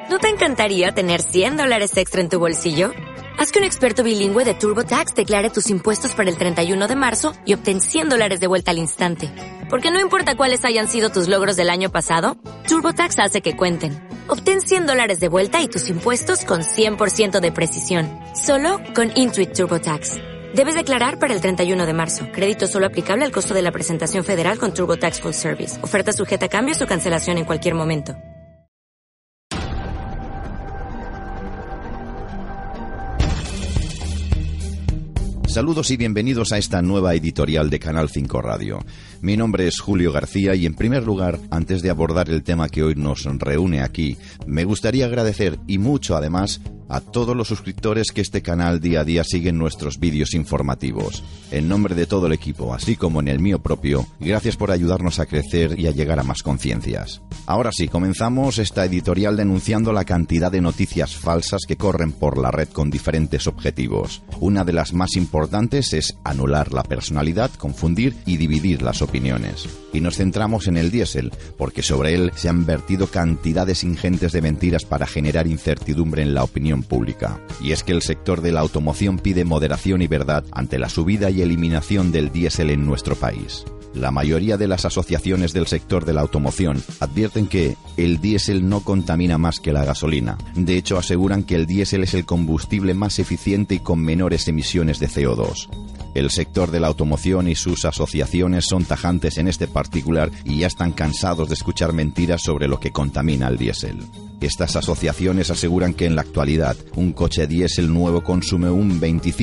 ¿No te encantaría tener $100 extra en tu bolsillo? Haz que un experto bilingüe de TurboTax declare tus impuestos para el 31 de marzo y obtén $100 de vuelta al instante. Porque no importa cuáles hayan sido tus logros del año pasado, TurboTax hace que cuenten. Obtén $100 de vuelta y tus impuestos con 100% de precisión. Solo con Intuit TurboTax. Debes declarar para el 31 de marzo. Crédito solo aplicable al costo de la presentación federal con TurboTax Full Service. Oferta sujeta a cambios o cancelación en cualquier momento. Saludos y bienvenidos a esta nueva editorial de Canal 5 Radio. Mi nombre es Julio García y en primer lugar, antes de abordar el tema que hoy nos reúne aquí, me gustaría agradecer y mucho además a todos los suscriptores que este canal día a día siguen nuestros vídeos informativos. En nombre de todo el equipo, así como en el mío propio, gracias por ayudarnos a crecer y a llegar a más conciencias. Ahora sí, comenzamos esta editorial denunciando la cantidad de noticias falsas que corren por la red con diferentes objetivos. Una de las más importantes es anular la personalidad, confundir y dividir las opiniones. Y nos centramos en el diésel, porque sobre él se han vertido cantidades ingentes de mentiras para generar incertidumbre en la opinión pública. Y es que el sector de la automoción pide moderación y verdad ante la subida y eliminación del diésel en nuestro país. La mayoría de las asociaciones del sector de la automoción advierten que el diésel no contamina más que la gasolina. De hecho, aseguran que el diésel es el combustible más eficiente y con menores emisiones de CO2. El sector de la automoción y sus asociaciones son tajantes en este particular y ya están cansados de escuchar mentiras sobre lo que contamina el diésel. Estas asociaciones aseguran que en la actualidad un coche diésel nuevo consume un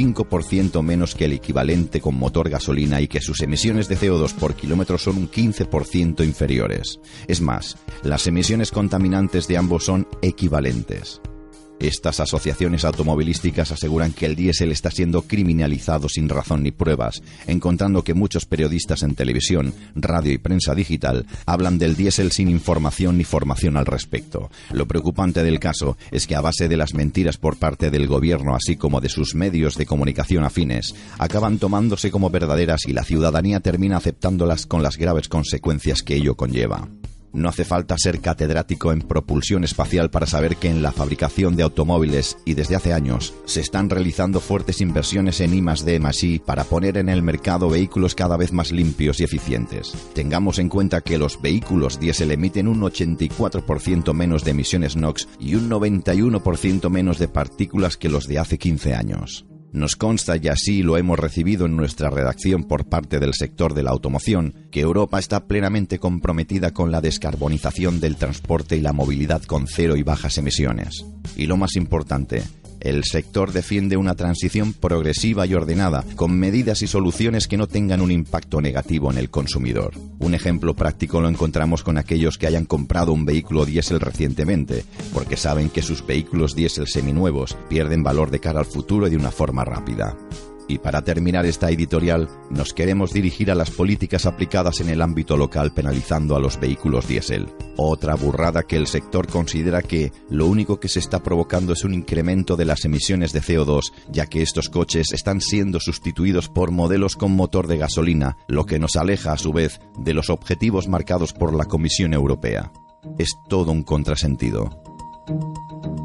25% menos que el equivalente con motor gasolina y que sus emisiones de CO2 por kilómetro son un 15% inferiores. Es más, las emisiones contaminantes de ambos son equivalentes. Estas asociaciones automovilísticas aseguran que el diésel está siendo criminalizado sin razón ni pruebas, encontrando que muchos periodistas en televisión, radio y prensa digital hablan del diésel sin información ni formación al respecto. Lo preocupante del caso es que a base de las mentiras por parte del gobierno así como de sus medios de comunicación afines, acaban tomándose como verdaderas y la ciudadanía termina aceptándolas con las graves consecuencias que ello conlleva. No hace falta ser catedrático en propulsión espacial para saber que en la fabricación de automóviles y desde hace años se están realizando fuertes inversiones en I+D+I para poner en el mercado vehículos cada vez más limpios y eficientes. Tengamos en cuenta que los vehículos diésel emiten un 84% menos de emisiones NOx y un 91% menos de partículas que los de hace 15 años. Nos consta, y así lo hemos recibido en nuestra redacción por parte del sector de la automoción, que Europa está plenamente comprometida con la descarbonización del transporte y la movilidad con cero y bajas emisiones. Y lo más importante, el sector defiende una transición progresiva y ordenada, con medidas y soluciones que no tengan un impacto negativo en el consumidor. Un ejemplo práctico lo encontramos con aquellos que hayan comprado un vehículo diésel recientemente, porque saben que sus vehículos diésel seminuevos pierden valor de cara al futuro de una forma rápida. Y para terminar esta editorial, nos queremos dirigir a las políticas aplicadas en el ámbito local penalizando a los vehículos diésel. Otra burrada que el sector considera que lo único que se está provocando es un incremento de las emisiones de CO2, ya que estos coches están siendo sustituidos por modelos con motor de gasolina, lo que nos aleja a su vez de los objetivos marcados por la Comisión Europea. Es todo un contrasentido.